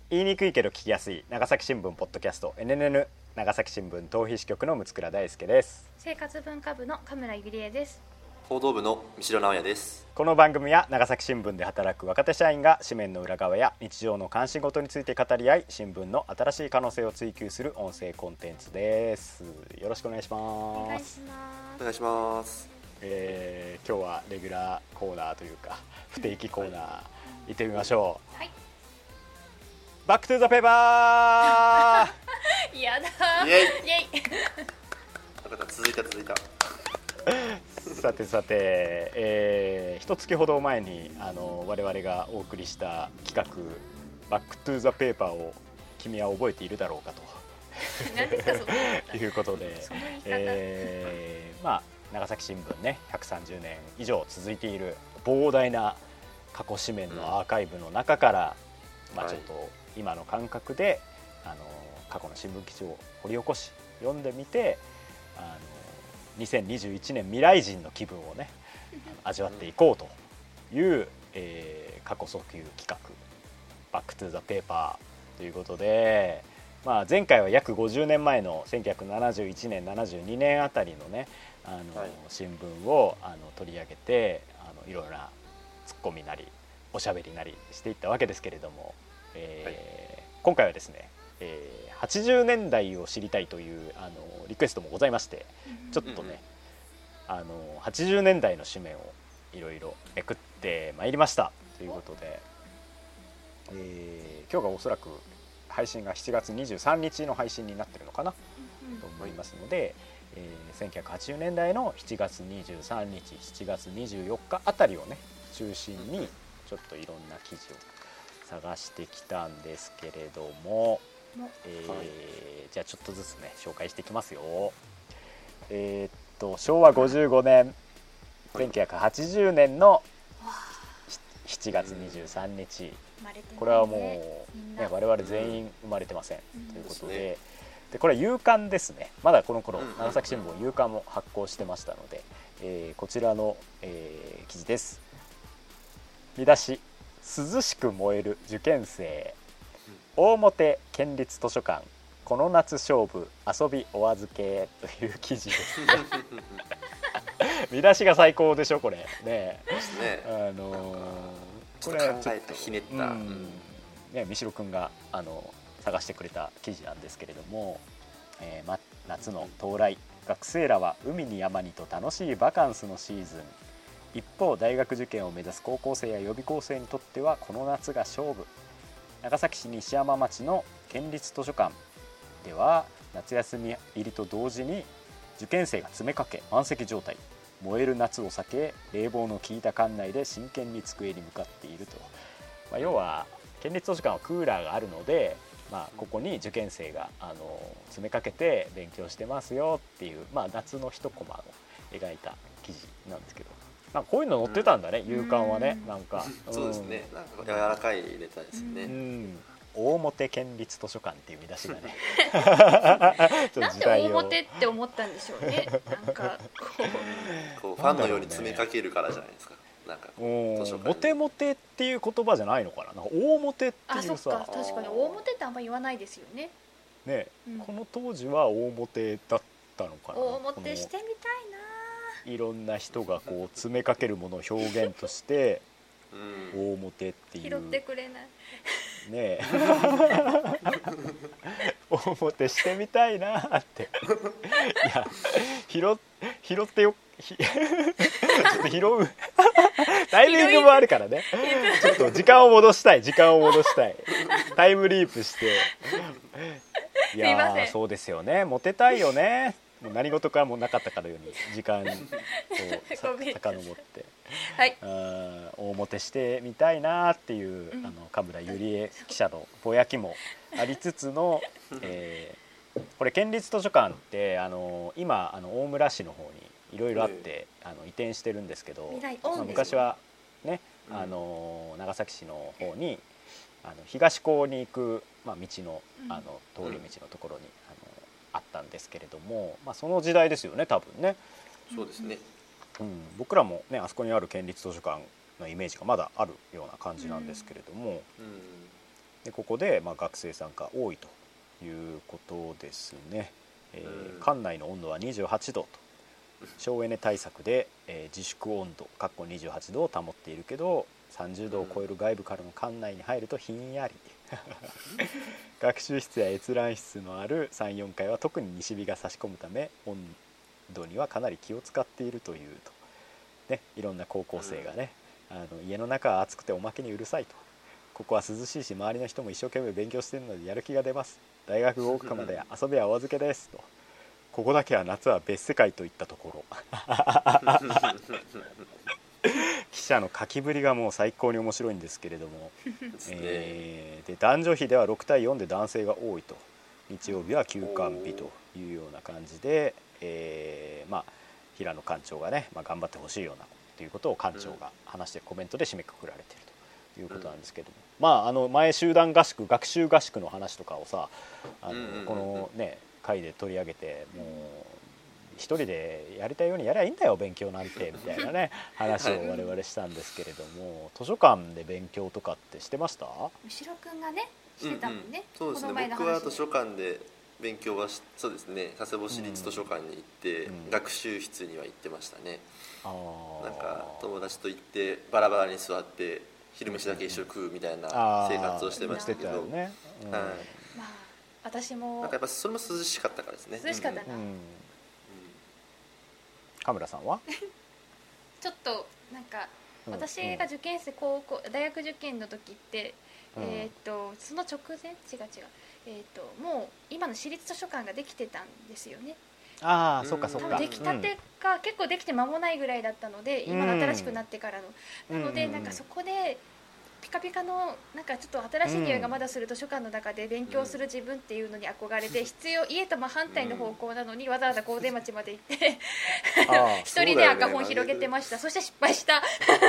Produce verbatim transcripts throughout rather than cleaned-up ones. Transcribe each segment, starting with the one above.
言いにくいけど聞きやすい長崎新聞ポッドキャスト エヌエヌエヌ 長崎新聞逃避支局の六倉大輔です。 生活文化部の神村ゆりえです。 報道部の三代直也です。 この番組は長崎新聞で働く若手社員が紙面の裏側や日常の関心事について語り合い、新聞の新しい可能性を追求する音声コンテンツです。よろしくお願いします。 お願いします。 お願いします。 えー、今日はレギュラーコーナーというか不定期コーナー行ってみましょう。はい、バックトゥーザペーパーやだーイエイイエイ続いた続いたさてさて、えー、一月ほど前にあの我々がお送りした企画バックトゥーザペーパーを君は覚えているだろうかと何ですかそのいうことで、えー、まあ長崎新聞ねひゃくさんじゅうねん以上続いている膨大な過去紙面のアーカイブの中から、うん、まあちょっと今の感覚であの過去の新聞記事を掘り起こし読んでみて、あのにせんにじゅういちねん未来人の気分をね味わっていこうという、えー、過去訴求企画バックトゥーザペーパーということで、まあ、前回は約ごじゅうねんまえのせんきゅうひゃくななじゅういちねんななじゅうにねんあたりのねあの、はい、新聞をあの取り上げてあのいろいろなツッコミなりおしゃべりなりしていったわけですけれども、えーはい、今回はですね、えーはちじゅうねんだいを知りたいというあのリクエストもございまして、ちょっとね、うんうん、あのはちじゅうねんだいの紙面をいろいろめくってまいりましたということで、えー、今日がおそらく配信がしちがつにじゅうさんにちの配信になってるのかな、うんうん、と思いますので、えー、せんきゅうひゃくはちじゅうねんだいのしちがつにじゅうさんにちしちがつにじゅうよっかあたりをね中心にちょっといろんな記事を探してきたんですけれども、えーはい、じゃあちょっとずつね紹介していきますよ。えー、っとしょうわごじゅうごねんせんきゅうひゃくはちじゅうねんのしちがつにじゅうさんにち、これはもう、ね、我々全員生まれてません、うん、ということで、でこれは夕刊ですね。まだこの頃長崎新聞夕刊も発行してましたので、えー、こちらの、えー、記事です。見出し、涼しく燃える受験生、大表県立図書館この夏勝負遊びお預けという記事ですね見出しが最高でしょこれね。 ねあのー、 これ考えたひねった、うんね、三代くんがあの探してくれた記事なんですけれども、えーま、夏の到来、学生らは海に山にと楽しいバカンスのシーズン。一方大学受験を目指す高校生や予備校生にとってはこの夏が勝負。長崎市西山町の県立図書館では夏休み入りと同時に受験生が詰めかけ満席状態。燃える夏を避け冷房の効いた館内で真剣に机に向かっていると、まあ、要は県立図書館はクーラーがあるので、まあ、ここに受験生があの詰めかけて勉強してますよっていう、まあ、夏の一コマを描いた記事なんですけど、なんかこういうの載ってたんだね、うん、夕刊はね。なんか、 うん、そうですね、なんか柔らかいネタですね、うん、 大表県立図書館っていう見出しがねなんで大表って思ったんでしょうね。なんかこうこうファンのように詰めかけるからじゃないですか。なんかこう図書館モテモテっていう言葉じゃないのかな。なんか大表っていうさ、 あ、そっか、確かに大表ってあんま言わないですよね。 ね、うん、この当時は大表だったのかな。 大表してみたいな。 いろんな人がこう詰めかけるものを表現として大表っていう、 拾ってくれないねえ大表してみたいなっていや拾、拾ってよちょっと拾うタイミングもあるからね。ちょっと時間を戻したい時間を戻したいタイムリープして、いやーそうですよね、モテたいよね。もう何事かもなかったかのように時間をさ遡って、はい、あ大モテしてみたいなっていう、うん、あの神村ゆりえ記者のぼやきもありつつの、えー、これ県立図書館ってあの今あの大村市の方にいろいろあって、うん、あの移転してるんですけど、まあ、昔はね、うん、あの長崎市の方にあの東港に行く、まあ、道の、あの通り道のところに、あのあったんですけれども、まあ、その時代ですよね多分ね。 そうですね、 うん、僕らもねあそこにある県立図書館のイメージがまだあるような感じなんですけれども、うんうん、 でここでまあ学生さんが多いということですね。えー、館内の温度はにじゅうはちどと省エネ対策で、えー、自粛温度かっこにじゅうはちどを保っているけどさんじゅうどを超える外部からの館内に入るとひんやり学習室や閲覧室のあるさんよんかいは特に西日が差し込むため温度にはかなり気を使っているというと、ね、いろんな高校生がね、あの家の中は暑くておまけにうるさいと、ここは涼しいし周りの人も一生懸命勉強しているのでやる気が出ます、大学合格まで遊びはお預けですと、ここだけは夏は別世界といったところ記者の書きぶりがもう最高に面白いんですけれども、えー、で男女比ではろくたいよんで男性が多いと、日曜日は休館日というような感じで、えーまあ、平野館長がね、まあ、頑張ってほしいようなということを館長が話しているコメントで締めくくられているということなんですけども、うん、まああの前集団合宿学習合宿の話とかをさあの、うんうんうん、このね回で取り上げてもう一人でやりたいようにやりゃいいんだよ勉強なんてみたいなね話を我々したんですけれども、図書館で勉強とかってしてました？ 後ろくんがねしてたもんね、 うんうん、そうですね、僕は図書館で勉強はそうですね、佐世保市立図書館に行って、うん、学習室には行ってましたね。あなんか友達と行ってバラバラに座って昼飯だけ一緒に食うみたいな生活をしてましたけど、うんねうんはい、 まあ私もなんかやっぱそれも涼しかったからですね。 涼しかったな、うんうんカムラさんはちょっとなんか私が受験生高校大学受験の時って、うん、えー、とその直前違う違う、えー、ともう今の私立図書館ができてたんですよね。 ああ、そっかそっか。 出来たてが結構できて間もないぐらいだったので、うん、今の新しくなってからの、なのでなんかそこでピカピカのなんかちょっと新しい匂いがまだする図書館の中で勉強する自分っていうのに憧れて、必要家と真反対の方向なのにわざわざ大手町まで行って一人で赤本広げてました。 そ, ね、そして失敗した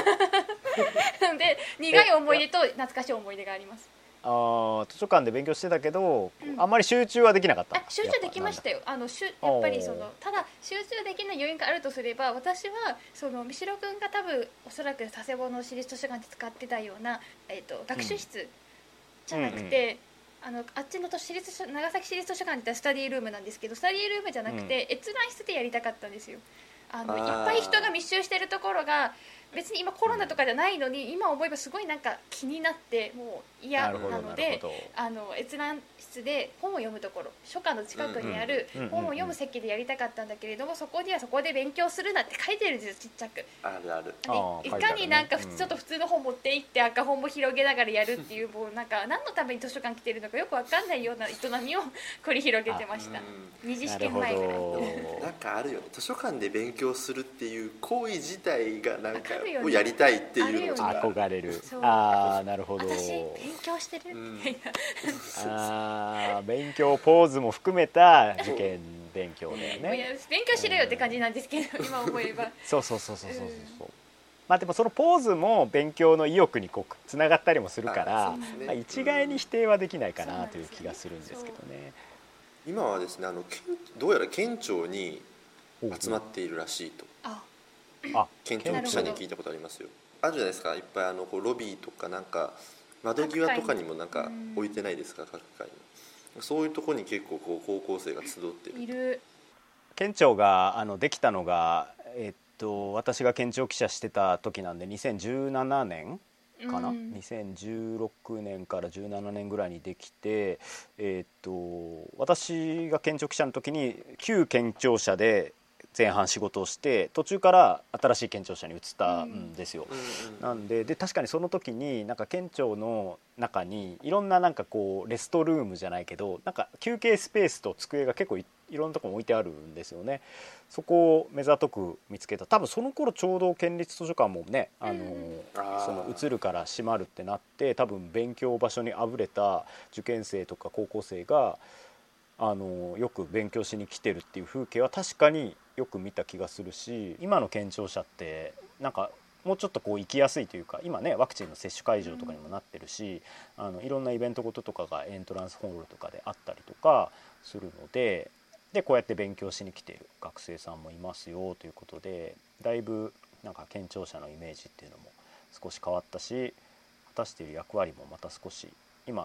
で苦い思い出と懐かしい思い出があります。 あ図書館で勉強してたけど、うん、あんまり集中はできなかった。 あ集中できましたよ。あのしゅやっぱりそのただ集中できない要因があるとすれば、私はその三代君が多分おそらく佐世保の私立図書館で使ってたような、えー、と学習室じゃなくて、うんうんうん、あのあっちの私立長崎市立図書館って言ったらスタディールームなんですけど、スタディールームじゃなくて、うん、閲覧室でやりたかったんですよ。あのいっぱい人が密集してるところが別に今コロナとかじゃないのに、今思えばすごいなんか気になってもう嫌なので、あの閲覧室で本を読むところ、書家の近くにある本を読む席でやりたかったんだけれども、そこにはそこで勉強するなって書いてるんですよ、ちっちゃく。 あるある。 いかになんかちょっと普通の本持って行って赤本も広げながらやるっていう、もうなんか何のために図書館来てるのかよく分かんないような営みを繰り広げてました。二次試験前ぐらい。 なんかあるよね、図書館で勉強するっていう行為自体がなんかをやりたいっていうのが憧れる。ああなるほど。 私勉強してるみたいな。ああ勉強ポーズも含めた受験勉強だよね。 勉強しろよって感じなんですけど、今思えば。 そうそうそうそうそうそう。まあでもそのポーズも勉強の意欲にこうつながったりもするから、ねまあ、一概に否定はできないかなという気がするんですけどね。 今はですね、あのどうやら県庁に集まっているらしいと。 あ県庁の記者に聞いたことありますよ。あるじゃないですか、いっぱいあのこうロビーとかなんか窓際とかにもなんか置いてないですか、各階に。そういうところに結構こう高校生が集ってる。 いる。 県庁があのできたのが、えっと、私が県庁記者してた時なんでにせんじゅうななねんかな、うん、にせんじゅうろくねんからじゅうななねんぐらいにできて、えっと、私が県庁記者の時に旧県庁舎で前半仕事をして、途中から新しい県庁舎に移ったんですよ、うんうんうん、なんで、で確かにその時になんか県庁の中にいろんななんかこうレストルームじゃないけどなんか休憩スペースと机が結構 い, いろんなところに置いてあるんですよね。そこを目ざとく見つけた。多分その頃ちょうど県立図書館もね、あの、うん、その移るから閉まるってなって、多分勉強場所にあぶれた受験生とか高校生があのよく勉強しに来てるっていう風景は確かによく見た気がするし、今の県庁舎ってなんかもうちょっとこう行きやすいというか、今ねワクチンの接種会場とかにもなってるし、うん、あのいろんなイベントごととかがエントランスホールとかであったりとかするので、でこうやって勉強しに来ている学生さんもいますよということで、だいぶなんか県庁舎のイメージっていうのも少し変わったし、果たしている役割もまた少し今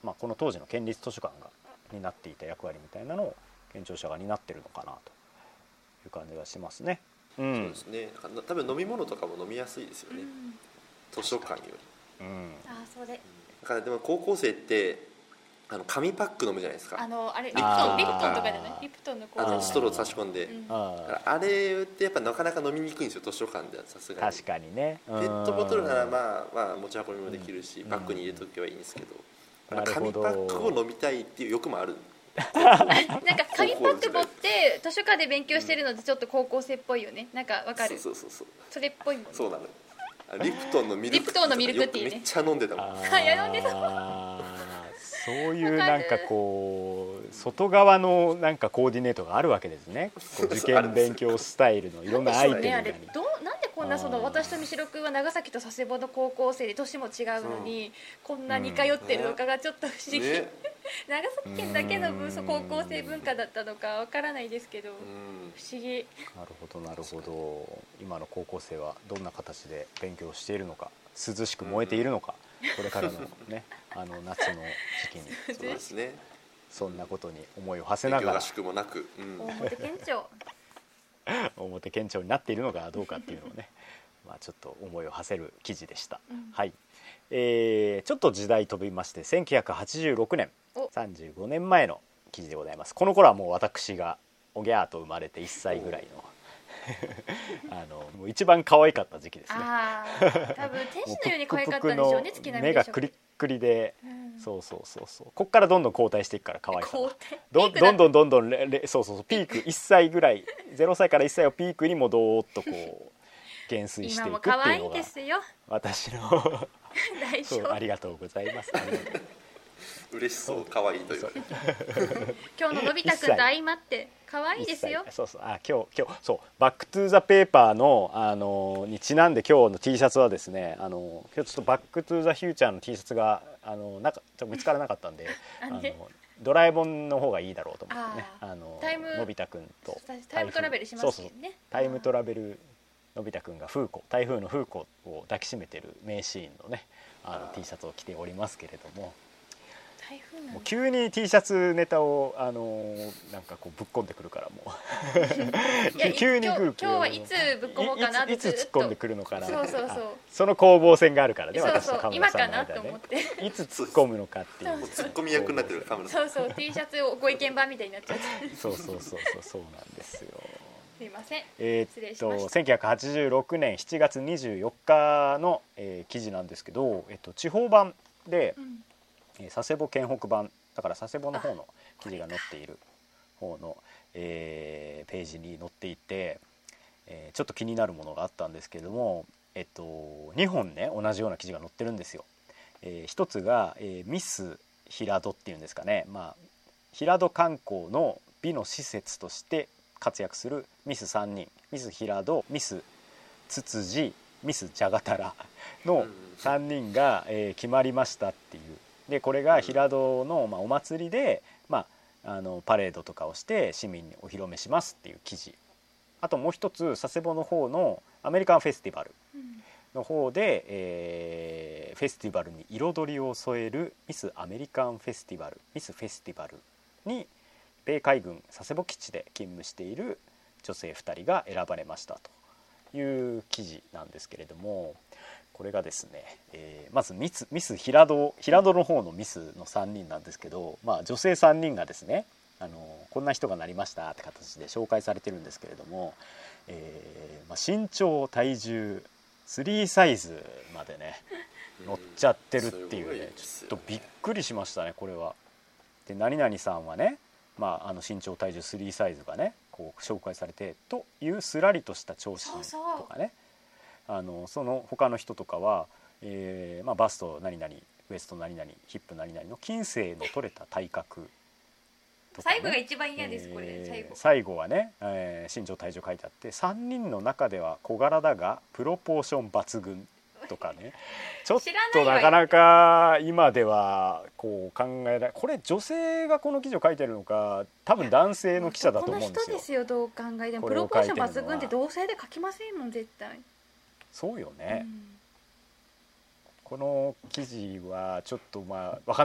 まあ、この当時の県立図書館が担っていた役割みたいなのを県庁舎が担ってるのかなという感じがしますね。うん、 そうですね。なんか多分飲み物とかも飲みやすいですよね、うん、図書館より、 うん、あそれだからでも高校生ってあの紙パック飲むじゃないですか。 あのあれリプトンリプトンとかじゃないリプトンのあのストロー差し込んで、うん、あ, あれってやっぱなかなか飲みにくいんですよ図書館では。さすがに確かにね、 ペットボトルならまあ、まあ、持ち運びもできるし、うん、バッグに入れとけばいいんですけど、うん、紙パックを飲みたいっていう欲もあるなんか紙パック持って図書館で勉強してるのってちょっと高校生っぽいよね。なんかわかる。 そうそうそうそれっぽいもんね。 そうなの。リプトンのミルクティーめっちゃ飲んでたもん。 はいや飲んでたもん。 そういうなんかこう外側のなんかコーディネートがあるわけですね。こう受験勉強スタイルのいろんなアイテムが、ね、 あれどうなんでこんなその私と三代君は長崎と佐世保の高校生で年も違うのに、うん、こんなに通ってるのかがちょっと不思議、ねね、長崎県だけの高校生文化だったのかわからないですけど、うん、不思議。 なるほどなるほど。今の高校生はどんな形で勉強しているのか、涼しく燃えているのか、うん、これからのねあの夏の時期にそうですね。 そんなことに思いを馳せながら勉強合宿もなく、うん、 表県庁表県庁になっているのかどうかっていうのをねまあちょっと思いを馳せる記事でした、うん、はい、えー、ちょっと時代飛びましてせんきゅうひゃくはちじゅうろくねんさんじゅうごねんまえの記事でございます。この頃はもう私がおぎゃーと生まれていっさいぐらいのあのもう一番可愛かった時期ですね。 あ多分天使のように可愛かったんでしょうね。月並みでしょう。 目がクリックリで、うん、そうそうそうそう。こっからどんどん後退していくから可愛さど, どんどんどんどんレレそうそうそうピークいっさいぐらいゼロさいからいっさいをピークにもどーっとこう減衰していくっていうのが今も可愛いですよ私の大丈夫ありがとうございます。 嬉しそう可愛いという今日ののび太くんと相まって可愛いですよ。 そうそうあ今日今日そうバックトゥーザペーパーのあのにちなんで今日の T シャツはですねあの今日ちょっとバックトゥーザフューチャーの T シャツがあのなんかちょっと見つからなかったんであのドラえもんの方がいいだろうと思ってねあののび太くんとタイムトラベルしますよね。そうそうタイムトラベルのび太くんが風子台風の風子を抱きしめてる名シーンのねあの T シャツを着ておりますけれども。もう急に T シャツネタをあのー、なんかこうぶっ込んでくるからもう急に来る。 今日はいつぶっ込もうかなっていつ突っ込んでくるのかな。 そうそうそうその攻防戦があるからね。 そうそう私と今かなと思っていつ突っ込むのかっていう突っ込み役になってるカメラそうそう T シャツをご意見番みたいになっちゃってそうそうそうそうそうなんですよ。 すいません、 えー、っとせんきゅうひゃくはちじゅうろくねんしちがつにじゅうよっかの、えー、記事なんですけど、えっと、地方版で、うん佐世保県北版だから佐世保の方の記事が載っている方の、えー、ページに載っていて、えー、ちょっと気になるものがあったんですけれども、えっと、にほんね同じような記事が載ってるんですよ。えー、一つが、えー、ミス平戸っていうんですかね、まあ、平戸観光の美の施設として活躍するミスさんにんミス平戸ミスつつじミスじゃがたらのさんにんが、えー、決まりましたっていう。でこれが平戸の、まあ、お祭りで、まあ、あのパレードとかをして市民にお披露目しますっていう記事。あともう一つ佐世保の方のアメリカンフェスティバルの方で、えー、フェスティバルに彩りを添えるミスアメリカンフェスティバルミスフェスティバルに米海軍佐世保基地で勤務している女性ふたりが選ばれましたという記事なんですけれども、これがですね、えー、まずミス、ミス平戸平戸の方のミスのさんにんなんですけど、まあ、女性さんにんがですねあのこんな人がなりましたって形で紹介されてるんですけれども、えーまあ、身長体重スリーサイズまでね乗っちゃってるっていうね、ちょっとびっくりしましたねこれは。で何々さんはね、まあ、あの身長体重スリーサイズがねこう紹介されてというすらりとした長身とかね、そうそうあのその他の人とかは、えーまあ、バスト何々ウエスト何々ヒップ何々の筋性の取れた体格とか、ね、 最後が一番嫌です、えー、これ最後最後はね、えー、身長体重書いてあってさんにんの中では小柄だがプロポーション抜群とかねちょっとなかなか今ではこう考えられこれ女性がこの記事を書いてるのか多分男性の記者だと思うんですよ。 この人ですよどう考えてもプロポーション抜群って同性で書きませんもん絶対。 そうよね、うん、この記事はちょっとまあ分かんない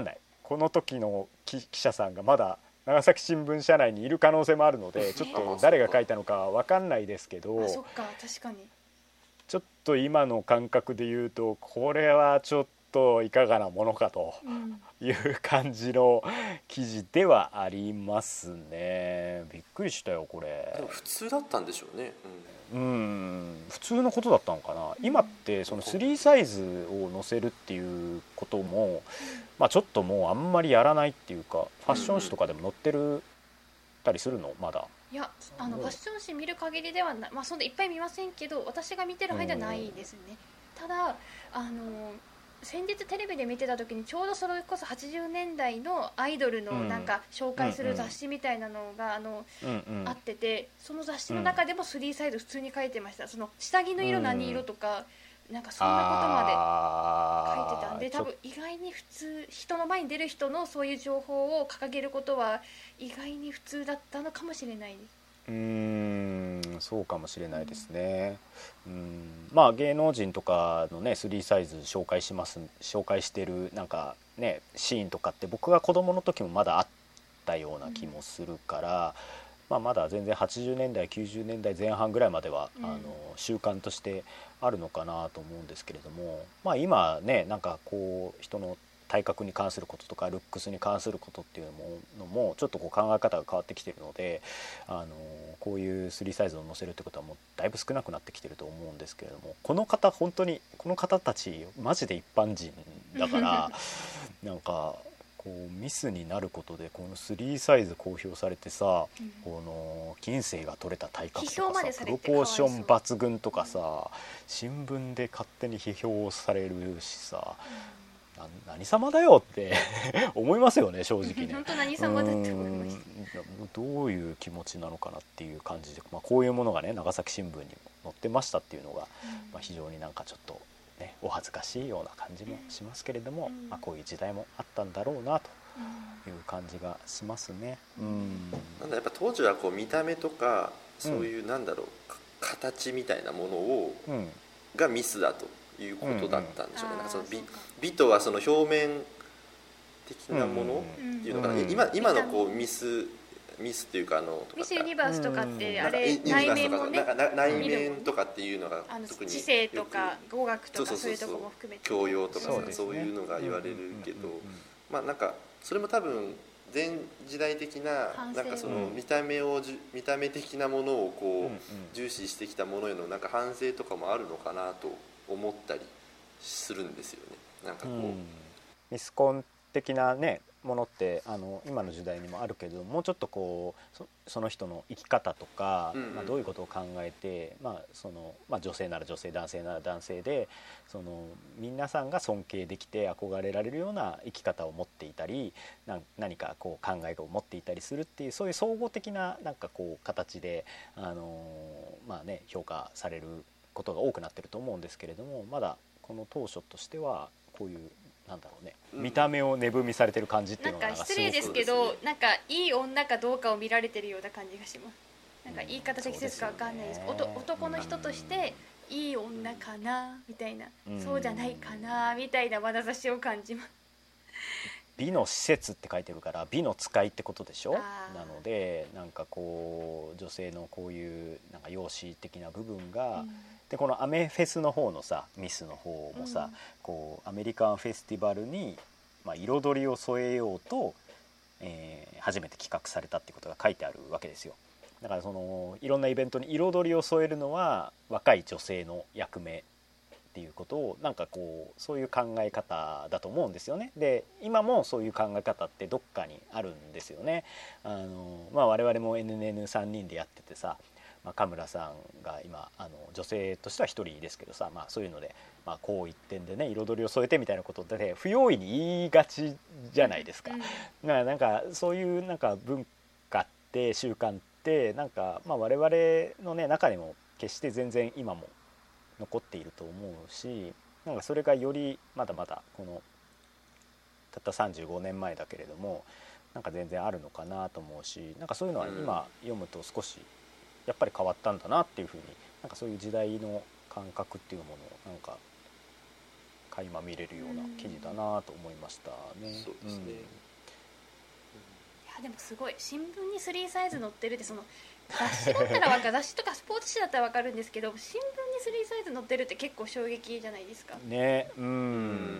この時の記者さんがまだ長崎新聞社内にいる可能性もあるので、ちょっと誰が書いたのか分かんないですけど、 あそっか確かにちょっと今の感覚で言うとこれはちょっといかがなものかという感じの記事ではありますね。びっくりしたよこれ。 でも普通だったんでしょうね、 うん、うん普通のことだったのかな。今ってそのスリーサイズを載せるっていうことも、まあ、ちょっともうあんまりやらないっていうか、ファッション誌とかでも載ってるたりするのまだ。 いやあのファッション誌見る限りではな、まあ、そんないっぱい見ませんけど私が見てる間はないですね。ただあの先日テレビで見てた時にちょうどそれこそはちじゅうねんだいのアイドルのなんか紹介する雑誌みたいなのがあのあってて、その雑誌の中でもスリーサイズ普通に書いてました。その下着の色何色とかなんかそんなことまで書いてたんで、多分意外に普通人の前に出る人のそういう情報を掲げることは意外に普通だったのかもしれないです。 うーんそうかもしれないですね。うん、まあ芸能人とかのねスリーサイズ紹介します紹介してるなんかねシーンとかって僕が子供の時もまだあったような気もするから、まあ、まだ全然はちじゅうねんだいきゅうじゅうねんだいぜん半ぐらいまでは、うん、あの習慣としてあるのかなと思うんですけれども、まあ、今ねなんかこう人の体格に関することとかルックスに関することっていうのもちょっとこう考え方が変わってきているので、あのこういうスリーサイズを載せるってことはもうだいぶ少なくなってきてると思うんですけれども、この方本当にこの方たちマジで一般人だからなんかこうミスになることでこのスリーサイズ公表されてさ、うん、この金星が取れた体格とかさプロポーション抜群とかさ新聞で勝手に批評されるしさ、うん、何様だよって思いますよね正直ね。 本当何様だって思いました。 どういう気持ちなのかなっていう感じで、まあ、こういうものがね長崎新聞に載ってましたっていうのが、うんまあ、非常になんかちょっとね、お恥ずかしいような感じもしますけれども、うんまあ、こういう時代もあったんだろうなという感じがしますね。うん、 なんだやっぱ当時はこう見た目とかそういうなんだろう、うん、形みたいなものを、うん、がミスだということだったんでしょうね。うんうん、なんかその 美, 美とはその表面的なものっていうのかな、うんうん、今, 今のこうミスミスっていうかあのミスユニバースとかってあれ内面もね内面とかっていうのが特に知性とか語学とかそういうところも含めて教養とかそう、ね、そういうのが言われるけど、まあなんかそれも多分前時代的ななんかその見た目を見た目的なものをこう重視してきたものへのなんか反省とかもあるのかなと思ったりするんですよね。なんかこう、うん、 ミスコン的なねものってあの今の時代にもあるけどもうちょっとこう そ, その人の生き方とか、うんうんまあ、どういうことを考えて、まあそのまあ、女性なら女性男性なら男性でその皆さんが尊敬できて憧れられるような生き方を持っていたりな何かこう考えを持っていたりするっていうそういう総合的ななんかこう形であの、まあね、評価されることが多くなってると思うんですけれども、まだこの当初としてはこういうなんだろうね、見た目を値踏みされてる感じっていうのがなんか失礼ですけど、なんかいい女かどうかを見られてるような感じがします。なんか言い方適切か分かんないです、うん、ですね、男の人としていい女かなみたいな、うん、そうじゃないかなみたいな眼差しを感じます。 美の施設って書いてるから美の使いってことでしょ。なのでなんかこう女性のこういうなんか容姿的な部分が、うんでこのアメフェスの方のさミスの方もさ、うん、こうアメリカンフェスティバルに、まあ、彩りを添えようと、えー、初めて企画されたってことが書いてあるわけですよ。だからそのいろんなイベントに彩りを添えるのは若い女性の役目っていうことをなんかこうそういう考え方だと思うんですよね。で今もそういう考え方ってどっかにあるんですよね。あの、まあ、我々も エヌエヌエヌさん 人でやっててさまあ、神村さんが今あの女性としては一人ですけどさ、まあ、そういうので、まあ、こう一点でね彩りを添えてみたいなことで不用意に言いがちじゃないですか。だからなんかそういうなんか文化って習慣ってなんか、まあ、我々の、ね、中にも決して全然今も残っていると思うし、なんかそれがよりまだまだこのたったさんじゅうごねんまえだけれどもなんか全然あるのかなと思うし、なんかそういうのは今読むと少しやっぱり変わったんだなっていうふうになんかそういう時代の感覚っていうものをなんか垣間見れるような記事だなと思いましたね。 そうですね、うん、いやでもすごい新聞にスリーサイズ載ってるって、その雑誌だったらわかる雑誌とかスポーツ紙だったらわかるんですけど、新聞にスリーサイズ載ってるって結構衝撃じゃないですかね。うん、うん、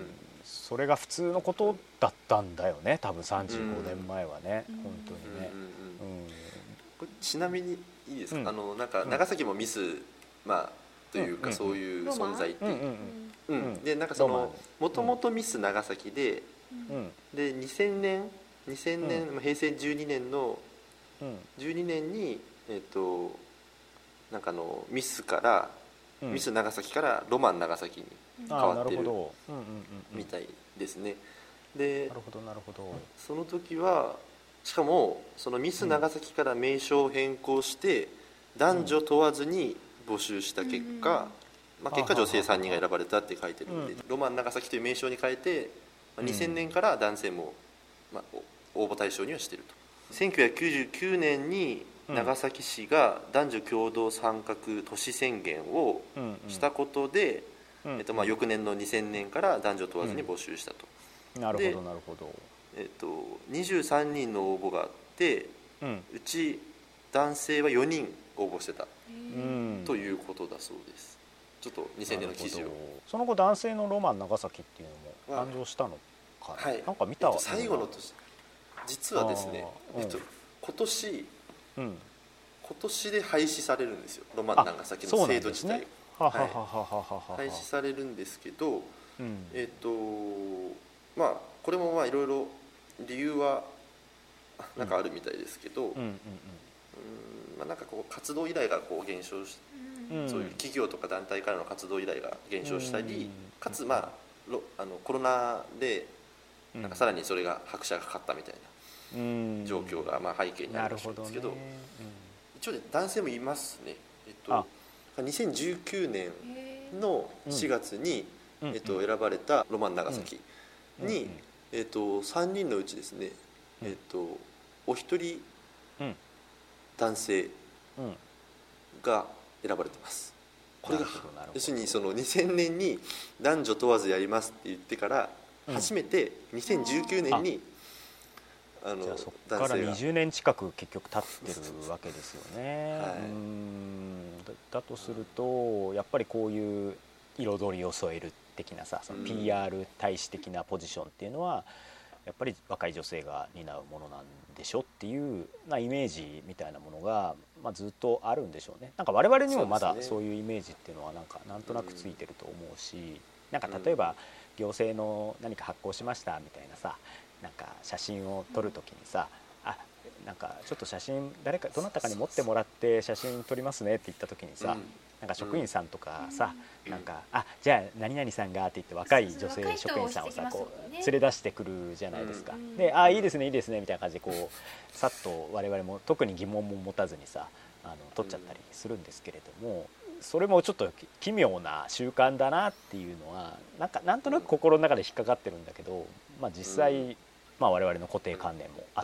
それが普通のことだったんだよね、多分さんじゅうごねんまえはね、うん、本当にね、うんうんうん、 これちなみにいいですか、 うん、 あのなんか長崎もミス、まあというか、そういう存在っていう、うんうんうん、でなんかそのもともとミス長崎で、うん、でにせんねんにせんねん、うん、平成じゅうにねんのじゅうにねんにえっとなんかのミスから、うん、ミス長崎からロマン長崎に変わってるみたいですね。で、 なるほどなるほど。 その時はしかもそのミス長崎から名称を変更して男女問わずに募集した結果、うん、まあ、結果女性さんにんが選ばれたって書いてるんで、うん、ロマン長崎という名称に変えて、まあ、にせんねんから男性も、まあ、応募対象にはしてると。せんきゅうひゃくきゅうじゅうきゅうねんに長崎市が男女共同参画都市宣言をしたことで、うんうん、えっと、まあ翌年のにせんねんから男女問わずに募集したと、 うん、なるほどなるほど。 えっと、にじゅうさんにんの応募があって、うん、うち男性はよにん応募してたということだそうです。ちょっとにせんねんの記事を。 その後男性のロマン長崎っていうのも誕生したのかな、はい、なんか見たわ、 えっと、最後の年実はですね、えっと、今年、うん、今年で廃止されるんですよ、ロマン長崎の制度自体が廃止されるんですけど、うん、えっとまあこれもまあいろいろ理由はなんかあるみたいですけど、うんうんうん、まあ、なんかこう活動依頼がこう減少し、うん、そういう企業とか団体からの活動依頼が減少したり、うん、かつ、まあ、あのコロナでなんかさらにそれが拍車がかかったみたいな状況がまあ背景にあるらしいんですけど、うん、一応ね男性もいますね。えっと、にせんじゅうきゅうねんのしがつに、えっと、選ばれたロマン長崎に、えっと、さんにんのうちですね、えっと、お一人男性が選ばれてます。これが要するにそのにせんねんに男女問わずやりますって言ってから初めてにせんじゅうきゅうねんに、 うん、あのじゃあそこからにじゅうねん近く結局経ってるわけですよね。はい、うーん だ, だとするとやっぱりこういう彩りを添える的なさ、その ピーアール 大使的なポジションっていうのはやっぱり若い女性が担うものなんでしょっていうなイメージみたいなものが、まあ、ずっとあるんでしょうね。なんか我々にもまだそういうイメージっていうのはなんかなんとなくついてると思うし、なんか例えば行政の何か発行しましたみたいなさ、なんか写真を撮るときにさ、あなんかちょっと写真誰かどなたかに持ってもらって写真撮りますねって言ったときにさ、なんか職員さんとかさ、うん、なんかあじゃあ何々さんがって言って若い女性職員さんをさこう連れ出してくるじゃないですか、うん、であいいですねいいですねみたいな感じでこうさっと我々も特に疑問も持たずにさあの撮っちゃったりするんですけれども、それもちょっと奇妙な習慣だなっていうのはなんかなんとなく心の中で引っかかってるんだけど、まあ、実際、まあ、我々の固定観念もあって、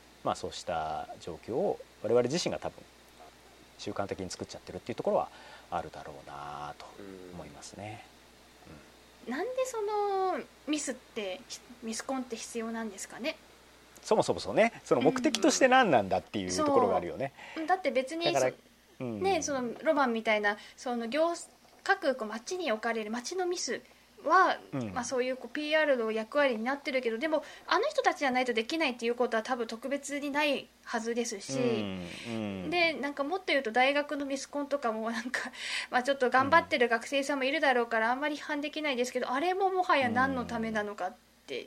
まあ、そうした状況を我々自身が多分習慣的に作っちゃってるっていうところはあるだろうなと思いますね、 うん、なんでそのミスってミスコンって必要なんですかね。 そもそもそうね、その目的として何なんだっていうところがあるよね、 うん、だって別にそ、うん、ね、そのロマンみたいなその行各こう街に置かれる街のミスは、うんまあ、そういうこう ピーアール の役割になってるけど、でもあの人たちじゃないとできないっていうことは多分特別にないはずですし、うんうん、でなんかもっと言うと大学のミスコンとかもなんか、まあ、ちょっと頑張ってる学生さんもいるだろうからあんまり批判できないですけど、あれももはや何のためなのかって、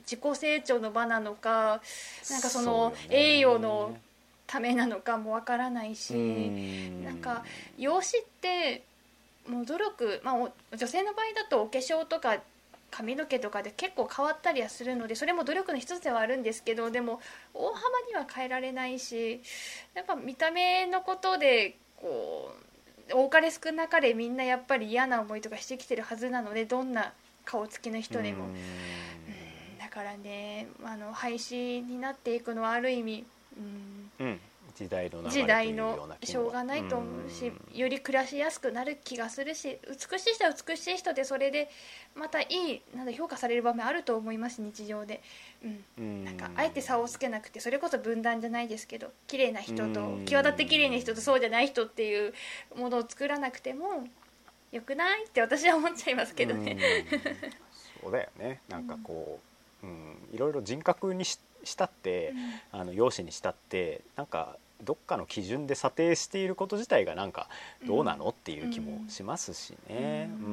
自己成長の場なのか、なんかその栄誉のためなのかもわからないし、なんか容姿ってもう努力、まあ、女性の場合だとお化粧とか髪の毛とかで結構変わったりはするので、それも努力の一つではあるんですけど、でも大幅には変えられないし、やっぱ見た目のことでこう多かれ少なかれみんなやっぱり嫌な思いとかしてきてるはずなので、どんな顔つきの人でも、うん、だからね、あの廃止になっていくのはある意味、うんうん、 時代の流れ時代のというような気もしょうがないと思うし、 うんより暮らしやすくなる気がするし、美しい人は美しい人でそれでまたいいなんだ評価される場面あると思います日常で、うんうんなんかあえて差をつけなくて、それこそ分断じゃないですけど、綺麗な人とうん際立って綺麗な人とそうじゃない人っていうものを作らなくてもよくないって私は思っちゃいますけどね。 うんそうだよね。なんかこう、うん、いろいろ人格にししたって、うん、あの容姿にしたってなんかどっかの基準で査定していること自体がなんかどうなの、うん、っていう気もしますしね。うん、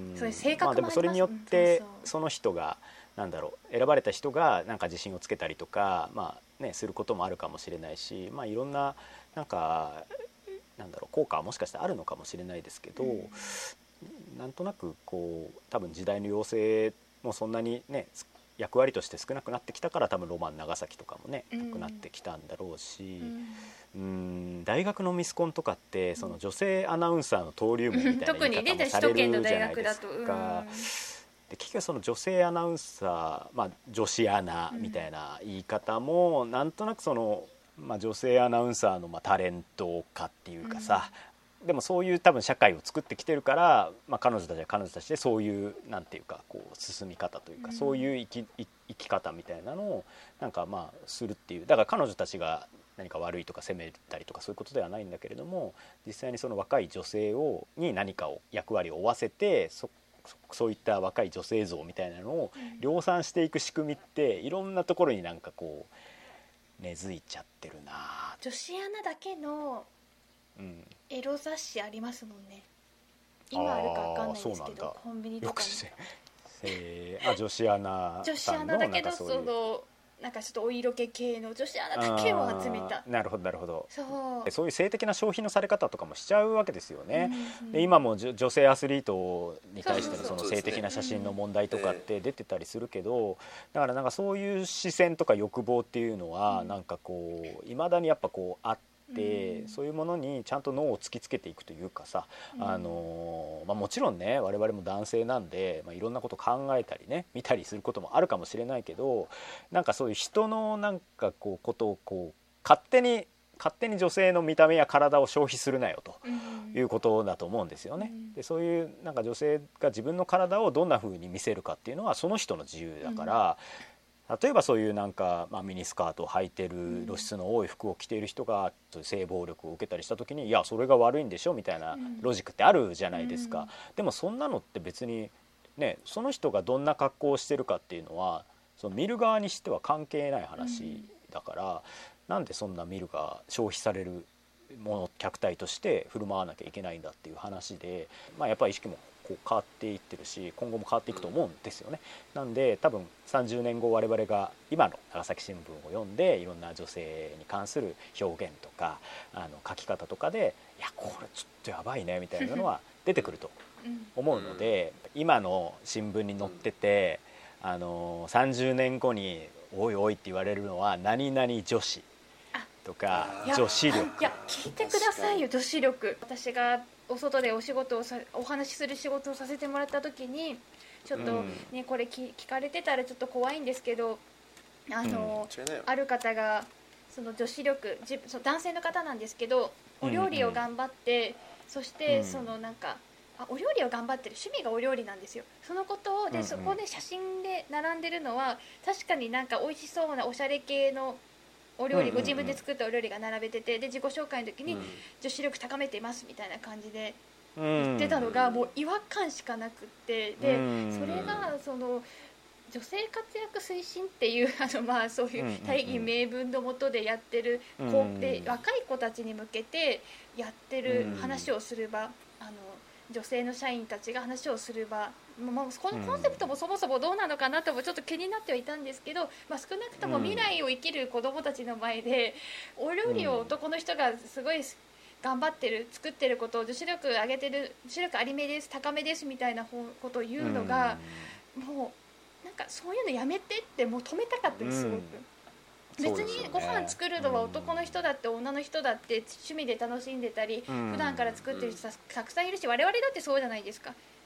うん、 そういう性格もあります。 まあでもそれによってその人がなんだろう選ばれた人がなんか自信をつけたりとか、まあね、することもあるかもしれないし、まあ、いろんななんかなんだろう効果はもしかしたらあるのかもしれないですけど、うん、なんとなくこう多分時代の要請もそんなにね役割として少なくなってきたから多分ロマン長崎とかもねなくなってきたんだろうし、うん、うん大学のミスコンとかってその女性アナウンサーの登竜門みたいな言い方もされるじゃないですか。で結局その女性アナウンサー、まあ、女子アナみたいな言い方もなんとなくその、まあ、女性アナウンサーのまあタレント化っていうかさ、でもそういう多分社会を作ってきてるから、まあ、彼女たちは彼女たちでそういうなんていうかこう進み方というか、うん、そういう生き、生き方みたいなのをなんかまあするっていう、だから彼女たちが何か悪いとか責めたりとかそういうことではないんだけれども、実際にその若い女性をに何かを役割を負わせて そ, そ, そういった若い女性像みたいなのを量産していく仕組みっていろんなところになんかこう根付いちゃってるな。 女子アナだけのうん、 エロ雑誌ありますもんね。今あるか分かんないですけどコンビニとかにえー、あ女子アナ女子アナだけどそのなんかちょっとお色気系の女子アナだけを集めた。 なるほどなるほど。 そうそういう性的な消費のされ方とかもしちゃうわけですよね、 うんうん、 で今も女性アスリートに対してのその性的な写真の問題とかって出てたりするけど、だからなんかそういう視線とか欲望っていうのはなんかこういまだにやっぱこうあってでそういうものにちゃんと脳を突きつけていくというかさ、うんあのまあ、もちろんね我々も男性なんで、まあ、いろんなこと考えたりね見たりすることもあるかもしれないけど、なんかそういう人のなんかこうことをこう勝手に勝手に女性の見た目や体を消費するなよということだと思うんですよね。でそういうなんか女性が自分の体をどんな風に見せるかっていうのはその人の自由だから、うん、例えばそういうなんか、まあ、ミニスカートを履いてる露出の多い服を着ている人が性暴力を受けたりした時にいやそれが悪いんでしょみたいなロジックってあるじゃないですか、うん、でもそんなのって別にねその人がどんな格好をしてるかっていうのはその見る側にしては関係ない話だから、うん、なんでそんな見るが消費されるもの客体として振る舞わなきゃいけないんだっていう話で、まあ、やっぱり意識もこう変わっていってるし今後も変わっていくと思うんですよね。なんで多分さんじゅうねんご我々が今の長崎新聞を読んでいろんな女性に関する表現とかあの書き方とかでいやこれちょっとやばいねみたいなのは出てくると思うので今の新聞に載っててあのさんじゅうねんごにおいおいって言われるのは何々女子とか女子力。 いや聞いてくださいよ女子力。私がお外でお仕事をさお話しする仕事をさせてもらった時にちょっとね、うん、これ聞かれてたらちょっと怖いんですけどあの、うん、ある方がその女子力その男性の方なんですけどお料理を頑張って、うんうん、そしてそのなんかあお料理を頑張ってる趣味がお料理なんですよ。そのことをで、うんうん、そこで写真で並んでるのは確かになんか美味しそうなおしゃれ系のお料理、ご自分で作ったお料理が並べててで自己紹介の時に女子力高めていますみたいな感じで言ってたのがもう違和感しかなくってでそれがその女性活躍推進っていうあのまあそういう大義名分のもとでやってる子で若い子たちに向けてやってる話をする場あの女性の社員たちが話をする場、まあ、このコンセプトもそもそもどうなのかなともちょっと気になってはいたんですけど、まあ、少なくとも未来を生きる子どもたちの前でお料理を男の人がすごい頑張ってる作ってることを女子力上げてる女子力ありめです高めですみたいなことを言うのがもうなんかそういうのやめてってもう止めたかったですすごく。別にご飯作るのは男の人だって女の人だって趣味で楽しんでたり、うん、普段から作ってる人たくさんいるし我々だってそうじゃないですか。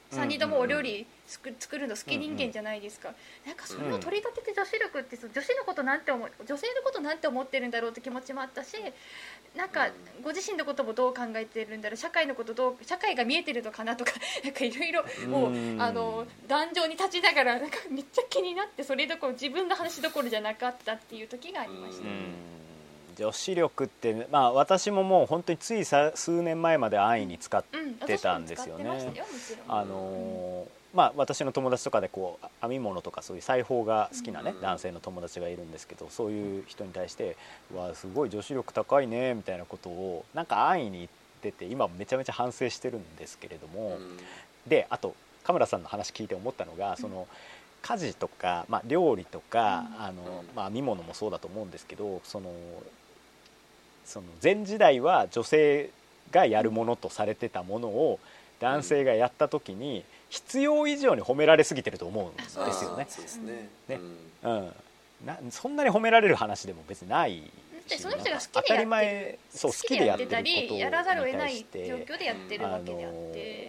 さんにんともお料理作るの好き人間じゃないですか、うんうん、なんかそれを取り立てて女子力って女子のことなんて思う女性のことなんて思ってるんだろうって気持ちもあったし、なんかご自身のこともどう考えてるんだろう、社会のことどう社会が見えてるのかなとかなんかいろいろもうあの壇上に立ちながらなんかめっちゃ気になって、それどころ自分の話どころじゃなかったっていう時がありました。 女子力って、まあ、私ももう本当についさ数年前まで安易に使ってたんですよね。あのまあ、私の友達とかでこう編み物とかそういう裁縫が好きなね、うん、男性の友達がいるんですけど、そういう人に対して「わあすごい女子力高いね」みたいなことをなんか安易に言ってて、今めちゃめちゃ反省してるんですけれども、うん、であとカムラさんの話聞いて思ったのが、その家事とか、まあ、料理とか、うん、あのまあ、編み物もそうだと思うんですけど、そのその前時代は女性がやるものとされてたものを男性がやった時に必要以上に褒められすぎてると思うんですよね。 そうですね。 ね、うん、なそんなに褒められる話でも別にないし、 その人が好きでやってる、 そう好きでやってることに対してやらざるを得ない状況でやってるわけであって、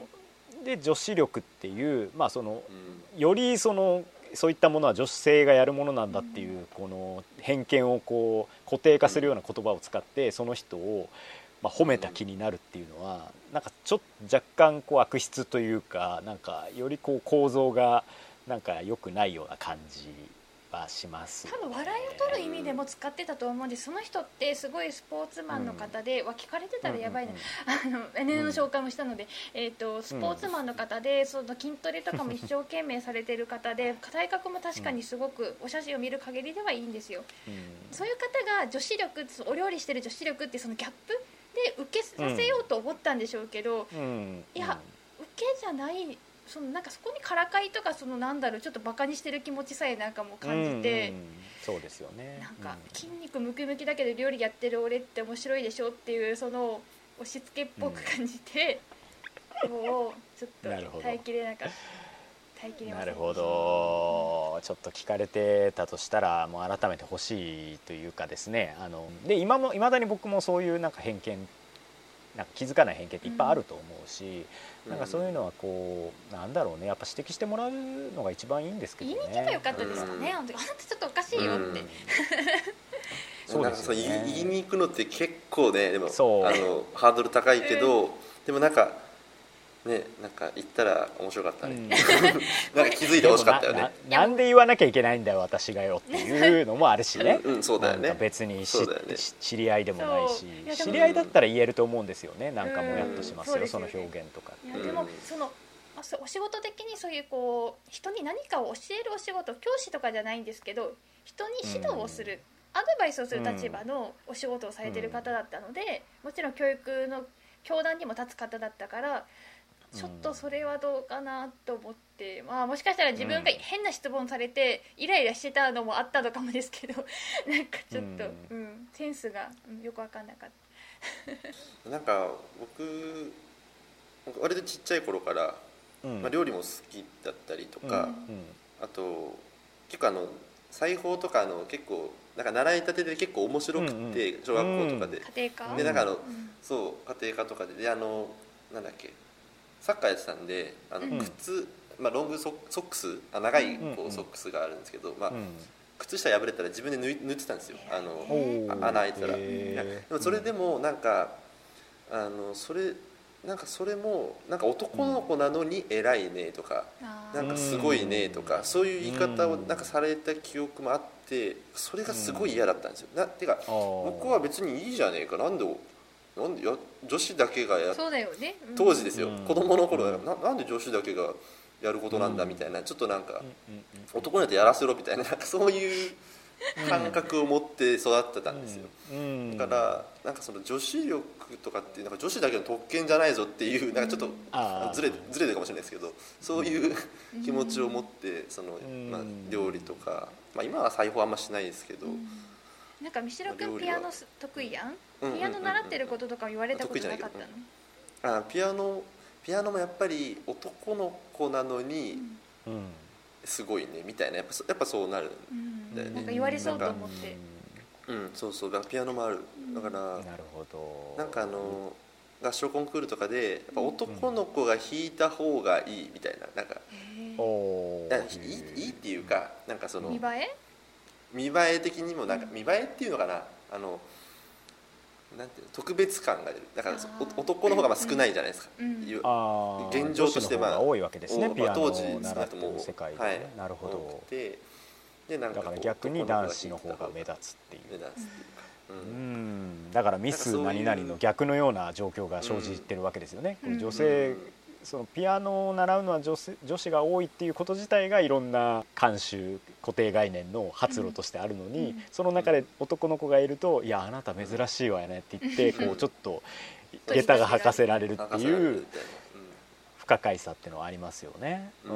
で女子力っていう、まあ、そのよりそのそういったものは女性がやるものなんだっていうこの偏見をこう固定化するような言葉を使ってその人をまあ褒めた気になるっていうのはなんかちょっと若干こう悪質というか、なんかよりこう構造がなんか良くないような感じはします、ね、 多分笑いを取る意味でも使ってたと思うんです。その人ってすごいスポーツマンの方で、うん、わ聞かれてたらやばいな、うんうん、あの エヌエヌ の紹介もしたので、うんえー、とスポーツマンの方でその筋トレとかも一生懸命されてる方で体格も確かにすごくお写真を見る限りではいいんですよ、うん、そういう方が女子力、お料理してる女子力ってそのギャップで受けさせようと思ったんでしょうけど、うん、いや受けじゃない、そのなんかそこにからかいとかそのなんだろうちょっとバカにしてる気持ちさえなんかも感じて、うんうん、 そうですよね。 なんか筋肉ムキムキだけど料理やってる俺って面白いでしょっていうその押し付けっぽく感じて、うん、もうちょっと耐えきれなかった。耐えきれませんでした。 なるほど。ちょっと聞かれてたとしたらもう改めて欲しいというかですね、あので今も未だに僕もそういうなんか偏見なんか気づかない偏見っていっぱいあると思うし、うん、なんかそういうのはこうなんだろうね、やっぱ指摘してもらうのが一番いいんですけどね。 言いに行けばよかったですかね、うん、あなたちょっとおかしいよって、うんそうですよね、言いに行くのって結構ねでもあのハードル高いけど、うん、でもなんかね、なんか言ったら面白かったね、うん、なんか気づいてほしかったよね。 な, な, なんで言わなきゃいけないんだよ私がよっていうのもあるしねうん、うん、そうだよね。 なんか別にし、ね、知り合いでもないし、知り合いだったら言えると思うんですよね。なんかもやっとしますよ、うん、その表現とか。 いやでもそのお仕事的にそういうこう人に何かを教えるお仕事、教師とかじゃないんですけど人に指導をする、うん、アドバイスをする立場のお仕事をされている方だったので、もちろん教育の教壇にも立つ方だったからちょっとそれはどうかなと思って、まあ、もしかしたら自分が変な質問されてイライラしてたのもあったのかもですけどなんかちょっと、うんうん、センスがよく分かんなかったなんか僕割とちっちゃい頃から、うんまあ、料理も好きだったりとか、うん、あと結構あの裁縫とかの結構なんか習いたてで結構面白くて、うんうん、小学校とかで、うん、 家庭科でなんかあの、うん、そう家庭科とかでであのなんだっけサッカーやってたんであの靴、うんまあ、ロングソックスあ長いこうソックスがあるんですけど、まあ、靴下破れたら自分で縫い縫ってたんですよ、あの穴開いてたら。でもそれでもなんかあのそれなんかそれもなんか男の子なのに偉いねとか、なんかすごいねとかそういう言い方をなんかされた記憶もあって、それがすごい嫌だったんですよ。なてか僕は別にいいじゃねえか、なんでなんでや女子だけがやそうだよね、うん、 当時ですよ、うん、子供の頃な, なんで女子だけがやることなんだみたいな、うん、ちょっとなんか、うん、男になってやらせろみたい な, なんかそういう感覚を持って育ってたんですよ、うん、だからなんかその女子力とかってなんか女子だけの特権じゃないぞっていうなんかちょっとず れ, ずれてるかもしれないですけど、そういう気持ちを持ってその、まあ、料理とか、まあ、今は裁縫あんましないですけど、 なんか三代君ピアノ得意やん、ピアノ習ってることとか言われたことなかったの？ うん、あピアノピアノもやっぱり男の子なのにすごいねみたいな、やっぱやっぱそうなるんだよね、うん、 なんか言われそうと思って、 うん、そうそうだからピアノもある、だから、 なるほど、 なんかあの合唱コンクールとかでやっぱ男の子が弾いた方がいいみたいな、なんかおいいいいっていうか、なんかその見栄え見栄え的にもなんか見栄えっていうのかな、あのなんていうの、特別感が出る。だから男の方がまあ少ないじゃないですか、 うんうん、 あ現状としてまあ多いわけですね、ピアノを当時習ってる世界で、ね、はい、なるほど。 多くて、でなんかだから逆に男子の方が目立つっていう目立つっていうか、うん、 うんだからミス何々の逆のような状況が生じてるわけですよね、うん、女性、そのピアノを習うのは女性女子が多いっていうこと自体がいろんな慣習固定概念の発露としてあるのに、うん、その中で男の子がいると、いやあなた珍しいわよねって言って、うん、こうちょっと下駄が履かせられるっていう不可解さっていうのはありますよね、 うん、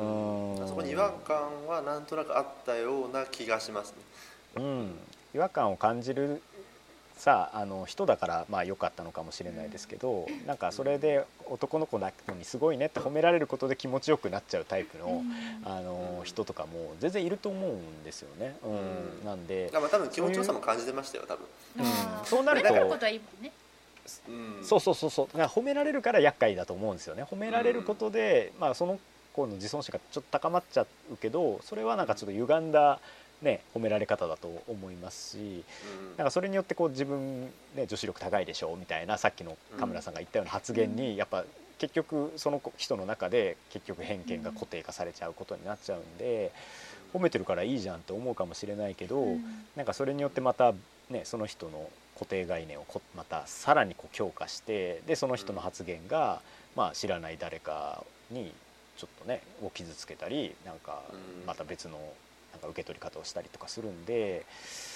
うんそこに違和感はなんとなくあったような気がしますね、 うん、違和感を感じるさあ、あの人だからまあ良かったのかもしれないですけど、なんかそれで男の子なのにすごいねって褒められることで気持ちよくなっちゃうタイプの、あの人とかも全然いると思うんですよね、うん、なんでまあ多分気持ちよさも感じてましたよ多分、 うん、そうなるとそうそうそうそう褒められるから厄介だと思うんですよね。褒められることで、まあ、その子の自尊心がちょっと高まっちゃうけど、それはなんかちょっと歪んだね、褒められ方だと思いますし、なんかそれによってこう自分、ね、女子力高いでしょみたいなさっきの田村さんが言ったような発言にやっぱ結局その人の中で結局偏見が固定化されちゃうことになっちゃうんで、褒めてるからいいじゃんって思うかもしれないけど、なんかそれによってまた、ね、その人の固定概念をこまたさらにこう強化して、でその人の発言が、まあ、知らない誰かにちょっとねを傷つけたり、なんかまた別のなんか受け取り方をしたりとかするんで、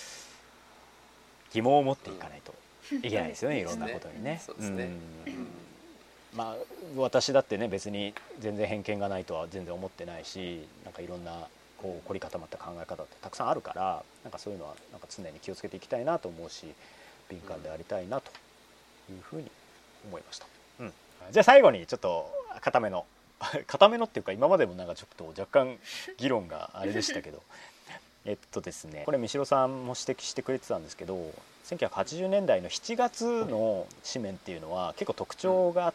疑問を持っていかないといけないですよね、うん、いろんなことにね。 そうですね、 うん、まあ私だってね別に全然偏見がないとは全然思ってないし、なんかいろんなこう凝り固まった考え方ってたくさんあるから、なんかそういうのはなんか常に気をつけていきたいなと思うし、敏感でありたいなというふうに思いました、うん、じゃあ最後にちょっと固めの固めのっていうか今までもなんかちょっと若干議論があれでしたけどえっとですねこれ三代さんも指摘してくれてたんですけど、せんきゅうひゃくはちじゅうねんだいのしちがつの紙面っていうのは結構特徴があって、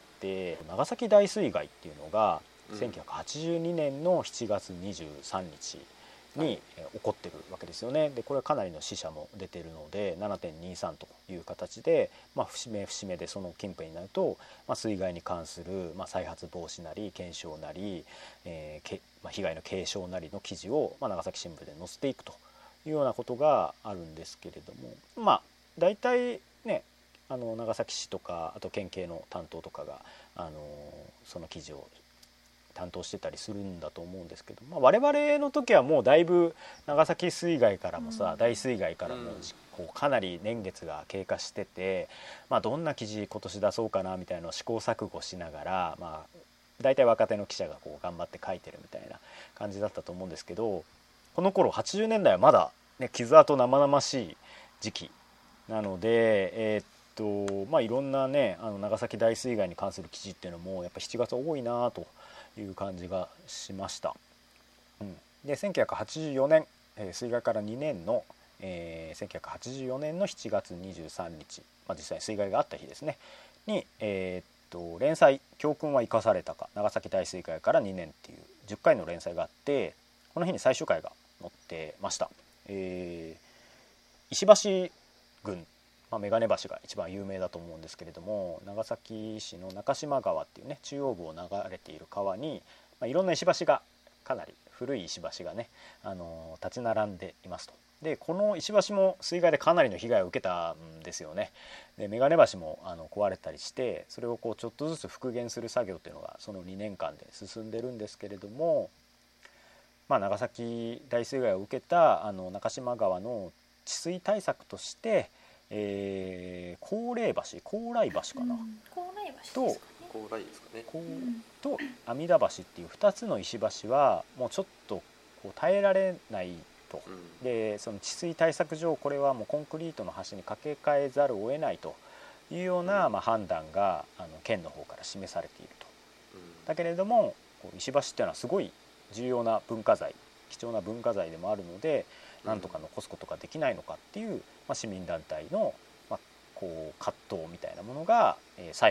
長崎大水害っていうのがせんきゅうひゃくはちじゅうにねんのしちがつにじゅうさんにちに起こってるわけですよね。でこれはかなりの死者も出てるので ななてんにさん という形で、まあ、節目節目でその近辺になると、まあ、水害に関する、まあ、再発防止なり検証なり、えーけまあ、被害の継承なりの記事を、まあ、長崎新聞で載せていくというようなことがあるんですけれども、まあ大体ねあの長崎市とかあと県警の担当とかがあのその記事を担当してたりするんだと思うんですけど、まあ、我々の時はもうだいぶ長崎水害からもさ、うん、大水害からもこうかなり年月が経過してて、まあ、どんな記事今年出そうかなみたいなのを試行錯誤しながら、まあ、大体若手の記者がこう頑張って書いてるみたいな感じだったと思うんですけど、この頃はちじゅうねんだいはまだ、ね、傷跡生々しい時期なので、えーっとまあ、いろんなねあの長崎大水害に関する記事っていうのもやっぱしちがつ多いなという感じがしました、うん、でせんきゅうひゃくはちじゅうよねん、えー、水害からにねんの、えー、せんきゅうひゃくはちじゅうよねんのしちがつにじゅうさんにち、まあ、実際水害があった日ですねに、えー、っと連載「教訓は生かされたか長崎大水害からにねん」っていうじゅっかいの連載があって、この日に最終回が載ってました、えー、石橋郡、まあ、眼鏡橋が一番有名だと思うんですけれども、長崎市の中島川っていうね中央部を流れている川に、まあ、いろんな石橋がかなり古い石橋がね、あのー、立ち並んでいますと。でこの石橋も水害でかなりの被害を受けたんですよね。で眼鏡橋もあの壊れたりして、それをこうちょっとずつ復元する作業っていうのがそのにねんかんで進んでるんですけれども、まあ、長崎大水害を受けたあの中島川の治水対策として、えー、高麗橋高麗橋かな、うん、 高麗橋ですかね、 高麗ですかね、 うん、 と阿弥陀橋っていうふたつの石橋はもうちょっとこう耐えられないと、うん、でその治水対策上これはもうコンクリートの橋に架け替えざるを得ないというような、まあ、判断があの県の方から示されていると、うん、だけれどもこう石橋っていうのはすごい重要な文化財貴重な文化財でもあるので、なんとか残すことができないのかっていう、まあ、市民団体の、まあ、こう葛藤みたいなものが、えー、最後の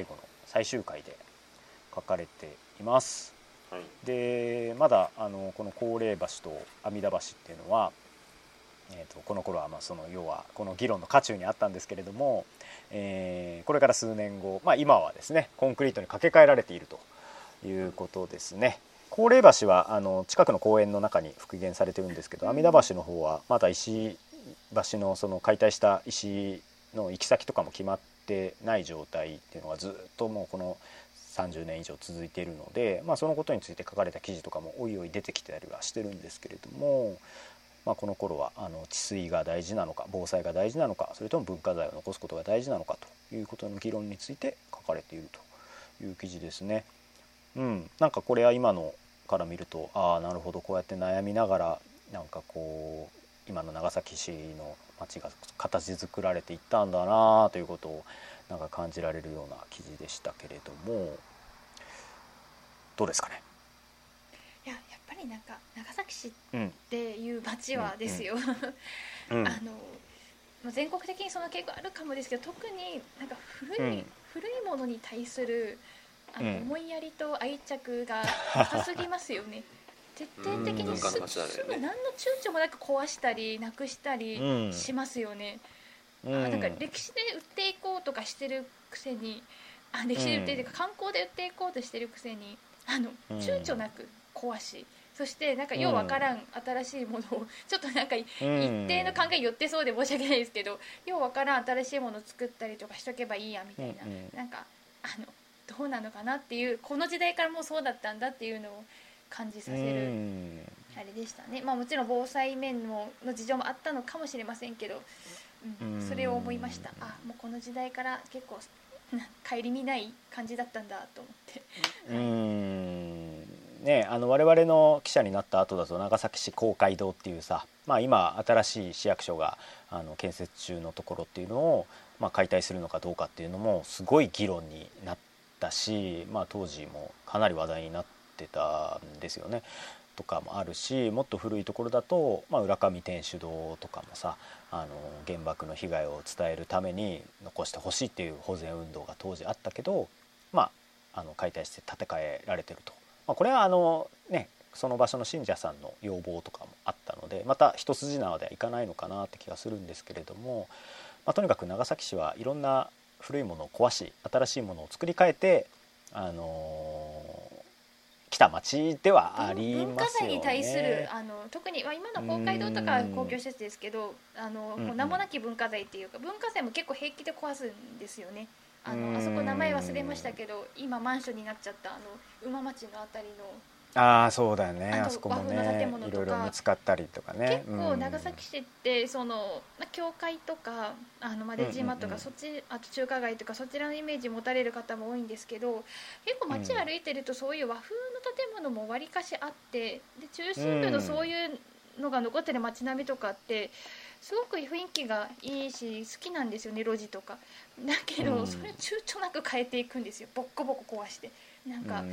最終回で書かれています。 はい、 でまだあのこの高齢橋と阿弥陀橋っていうのは、えー、とこの頃はまあその要はこの議論の渦中にあったんですけれども、えー、これから数年後、まあ、今はですねコンクリートに掛け替えられているということですね。高齢橋はあの近くの公園の中に復元されてるんですけど、阿弥陀橋の方はまだ石橋のその解体した石の行き先とかも決まってない状態っていうのがずっともうこのさんじゅうねん以上続いているので、まあ、そのことについて書かれた記事とかもおいおい出てきてたりはしてるんですけれども、まあ、この頃はあの治水が大事なのか防災が大事なのかそれとも文化財を残すことが大事なのかということの議論について書かれているという記事ですね。うん、なんかこれは今のから見るとああなるほどこうやって悩みながらなんかこう今の長崎市の町が形作られていったんだなということをなんか感じられるような記事でしたけれども、どうですかね。 いややっぱりなんか長崎市っていう町はですよ、 うんうん、 あの全国的にその傾向あるかもですけど、特になんか古い、うん、古いものに対するあの思いやりと愛着が高すぎますよね。徹底的に す, すぐ何の躊躇もなく壊したりなくしたりしますよね。うん、あなんか歴史で売っていこうとかしてるくせにあ歴史で売っていく、うん、観光で売っていこうとしてるくせにあの躊躇なく壊し、そしてなんかようわからん新しいものをちょっとなんか一定の考えによってそうで申し訳ないですけど、ようわからん新しいものを作ったりとかしとけばいいやみたいな、なんかあのどうなのかなっていう、この時代からもうそうだったんだっていうのを感じさせるあれでしたね。まあもちろん防災面の事情もあったのかもしれませんけど、うん、それを思いました。あもうこの時代から結構顧みない感じだったんだと思って、はい、うーんね、あの我々の記者になった後だと長崎市公会堂っていうさ、まあ、今新しい市役所があの建設中のところっていうのを、まあ、解体するのかどうかっていうのもすごい議論になったし、まあ、当時もかなり話題になってたんですよねとかもあるし、もっと古いところだと、まあ、浦上天主堂とかもさあの原爆の被害を伝えるために残してほしいっていう保全運動が当時あったけど、まあ、あの解体して建て替えられてると。まあ、これはあの、ね、その場所の信者さんの要望とかもあったのでまた一筋縄ではいかないのかなって気がするんですけれども、まあ、とにかく長崎市はいろんな古いものを壊し新しいものを作り変えて、あのー、来た町ではありますよね。 文化財に対するあの特に、まあ、今の公会堂とか公共施設ですけど、あの名もなき文化財っていうか文化財も結構平気で壊すんですよね。あのあそこ名前忘れましたけど今マンションになっちゃったあの馬町のあたりのああそうだよね、ああそこもねいろいろ見つかったりとかね。 結構長崎市ってその、まあ、教会とかあの、まあ、出島とか、うんうんうん、そっちあと中華街とかそちらのイメージ持たれる方も多いんですけど、結構街歩いてるとそういう和風の建物もわりかしあって、で中心部のそういうのが残ってる街並みとかってすごく雰囲気がいいし好きなんですよね、路地とかだけど、うん、それ躊躇なく変えていくんですよ、ボッコボコ壊して。なんか、うん、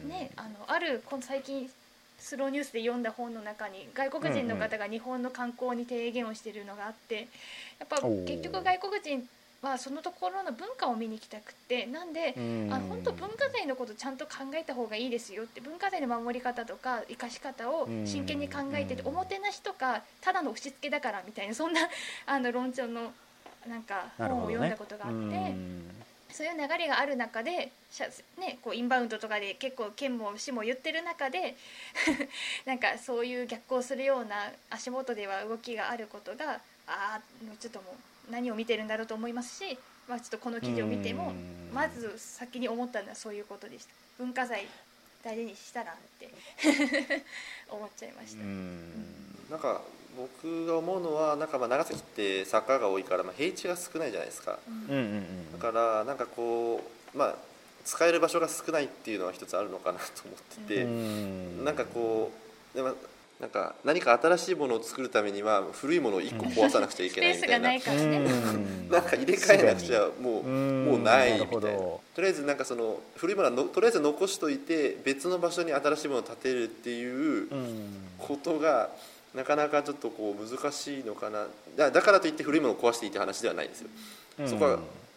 ね、あのある最近スローニュースで読んだ本の中に外国人の方が日本の観光に提言をしているのがあって、やっぱ結局外国人はそのところの文化を見に来たくて、なんで、うん、あ本当文化財のことちゃんと考えた方がいいですよって、文化財の守り方とか生かし方を真剣に考えてて、うん、おもてなしとかただの押し付けだからみたいな、そんなあの論調のなんか本を読んだことがあって、そういう流れがある中で、ね、こうインバウンドとかで結構県も市も言ってる中でなんかそういう逆行するような足元では動きがあることが、ああちょっともう何を見てるんだろうと思いますし、まあ、ちょっとこの記事を見てもまず先に思ったのはそういうことでした。文化財大事にしたらって思っちゃいました。うん、 なんか僕が思うのは、なんかまあ長崎って坂が多いから、まあ平地が少ないじゃないですか、うん、だからなんかこう、まあ、使える場所が少ないっていうのは一つあるのかなと思ってて、うん、なんかこうでもなんか何か新しいものを作るためには古いものをいっこ壊さなくちゃいけないみたいな、 スペースがないからね、 なんか入れ替えなくちゃもう、もうないみたいな。とりあえずなんかその古いものはのとりあえず残しといて別の場所に新しいものを建てるっていうことがなかなかちょっとこう難しいのかな。だからといって古いものを壊していいって話ではないんですよ。そこは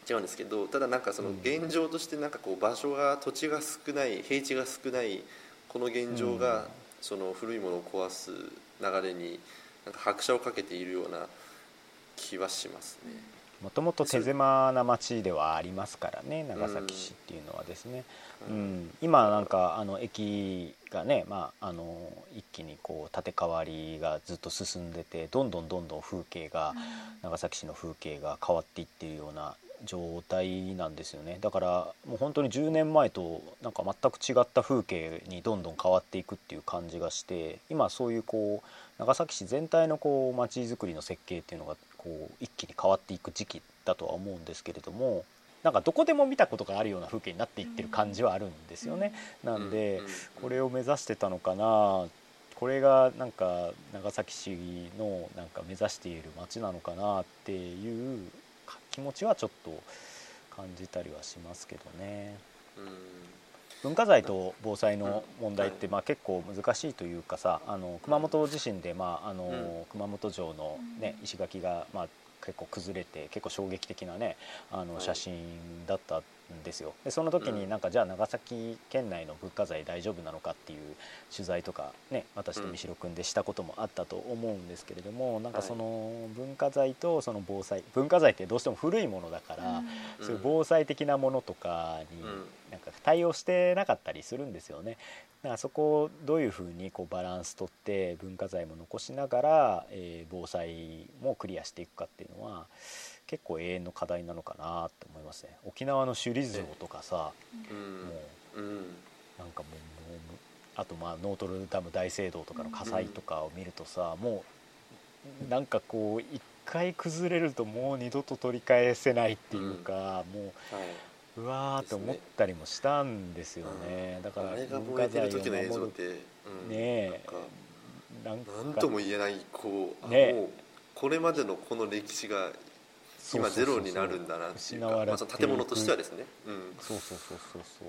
違うんですけど、ただなんかその現状としてなんかこう場所が土地が少ない平地が少ないこの現状がその古いものを壊す流れになんか拍車をかけているような気はしますね。 もともと手狭な町ではありますからね、長崎市っていうのはですね、うんうん、今なんかあの駅がね、まあ、あの一気にこう建て替わりがずっと進んでて、どんどんどんどん風景が、長崎市の風景が変わっていっているような状態なんですよね。だからもう本当にじゅうねんまえとなんか全く違った風景にどんどん変わっていくっていう感じがして、今そういうこう長崎市全体のこう街づくりの設計っていうのがこう一気に変わっていく時期だとは思うんですけれども、なんかどこでも見たことがあるような風景になっていってる感じはあるんですよね。なんでこれを目指してたのかな、これがなんか長崎市のなんか目指している街なのかなっていう気持ちはちょっと感じたりはしますけどね。文化財と防災の問題ってまあ結構難しいというかさ、あの熊本地震でまああの熊本城のね石垣がまあ結構崩れて結構衝撃的なねあの写真だったんですよ。でその時になんかじゃあ長崎県内の文化財大丈夫なのかっていう取材とかね私と三代君でしたこともあったと思うんですけれども、なんかその文化財とその防災、文化財ってどうしても古いものだから、そういう防災的なものとかになんか対応してなかったりするんですよね。だからそこをどういうふうにこうバランスとって文化財も残しながら、えー、防災もクリアしていくかっていうのは結構永遠の課題なのかなって思いますね。沖縄の首里城とかさ、うん、もう、うん、なんかもう、もうあとまあノートルダム大聖堂とかの火災とかを見るとさ、うん、もうなんかこう一回崩れるともう二度と取り返せないっていうか、うん、もう、はいうわーって思ったりもしたんですよね。だから文化財を守るね、なんかなんとも言えないこう、ね、もうこれまでのこの歴史が今ゼロになるんだなっていうか、まあ、その建物としてはですね、うん、 そうそうそうそうそう、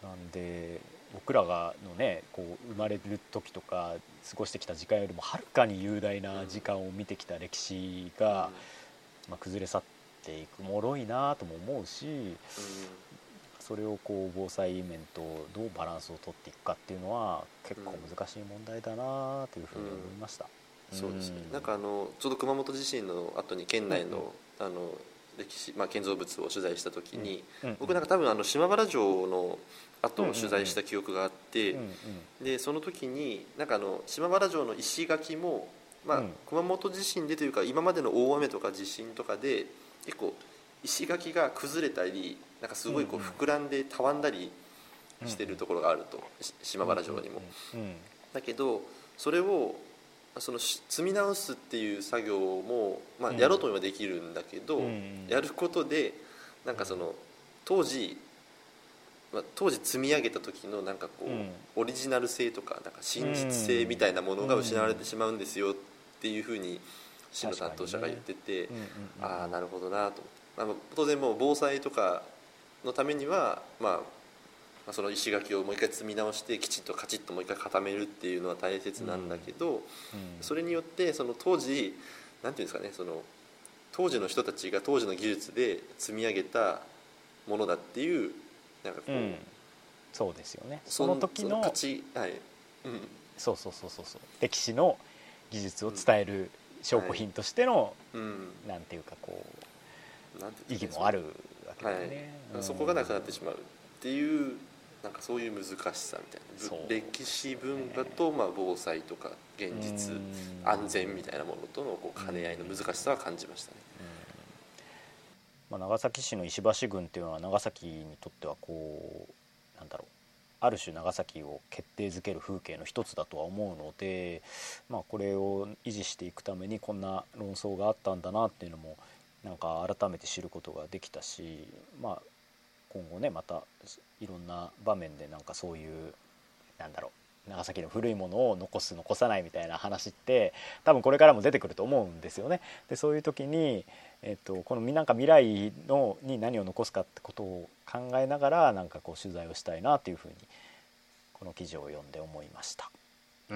なんで僕らがのねこう生まれる時とか過ごしてきた時間よりもはるかに雄大な時間を見てきた歴史が、うんまあ、崩れ去っていくもろいなとも思うし、うん、それをこう防災面とどうバランスを取っていくかっていうのは結構難しい問題だなというふうに思いました。 うん、そうですね、なんかあのちょうど熊本地震の後に県内の、うん、あの歴史、まあ、建造物を取材した時に、うん、僕なんか多分あの島原城の後を取材した記憶があって、うんうんうん、でその時になんかあの島原城の石垣も、まあ、熊本地震でというか今までの大雨とか地震とかで結構石垣が崩れたりなんかすごいこう膨らんでたわんだりしてるところがあると、島原城にも。だけどそれをその積み直すっていう作業も、まあ、やろうと思えばできるんだけど、やることでなんかその当時まあ、当時積み上げた時のなんかこう、うん、オリジナル性とかなんか真実性みたいなものが失われてしまうんですよっていうふうに市の担当者が言ってて、ね、ああなるほどなと、まあ、当然もう防災とかのためには、まあ、その石垣をもう一回積み直してきちっとカチッともう一回固めるっていうのは大切なんだけど、うんうん、それによってその当時なんていうんですかね、その当時の人たちが当時の技術で積み上げたものだっていうなんかこう、うん、 そうですよね。その時のその価値、はい、うん、 そうそうそうそうそう歴史の技術を伝える証拠品としての、うんはい、なんていうかこうなんて意義もあるわけだよね、 はい、そこがなくなってしまうっていうなんかそういう難しさみたいな、ね、歴史文化とまあ防災とか現実安全みたいなものとのこう兼ね合いの難しさは感じましたね。 まあ、長崎市の石橋郡っていうのは長崎にとってはこうなんだろうある種長崎を決定づける風景の一つだとは思うので、まあ、これを維持していくためにこんな論争があったんだなっていうのもなんか改めて知ることができたし、まあ、今後ねまたいろんな場面でなんかそういうなんだろう長崎の古いものを残す残さないみたいな話って多分これからも出てくると思うんですよね。でそういう時に、えっと、このなんか未来のに何を残すかってことを考えながらなんかこう取材をしたいなというふうにこの記事を読んで思いました。うん、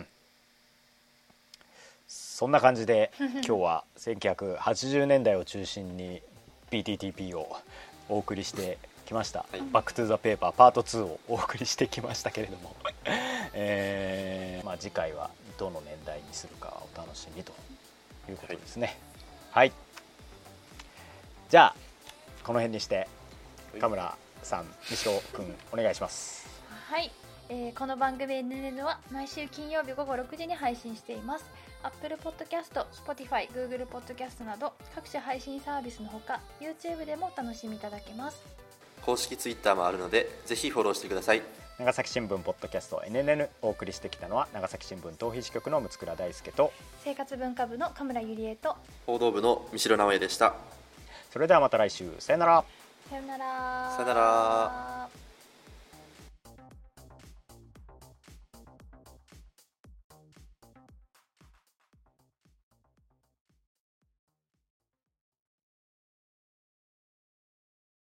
そんな感じで今日はせんきゅうひゃくはちじゅうねんだいを中心にピーティーティーピー をお送りしてきました、 はい、 バックトゥザペーパーパートツーをお送りしてきましたけれども、えーまあ、次回はどの年代にするかお楽しみということですね。はい、はい、じゃあこの辺にして田村さん、西尾くんお願いします。 はい、えー、この番組 エヌエヌエヌ は毎週金曜日午後ろくじに配信しています。 Apple Podcast、Spotify、Google Podcast など各種配信サービスのほか YouTube でもお楽しみいただけます。 公式 Twitter もあるのでぜひフォローしてください。 長崎新聞ポッドキャスト エヌエヌエヌ お送りしてきたのは長崎新聞逃避支局の六倉大輔と生活文化部の神村ゆりえと報道部の三代直江でした。 それではまた来週、さよなら。 さよなら。 さよなら。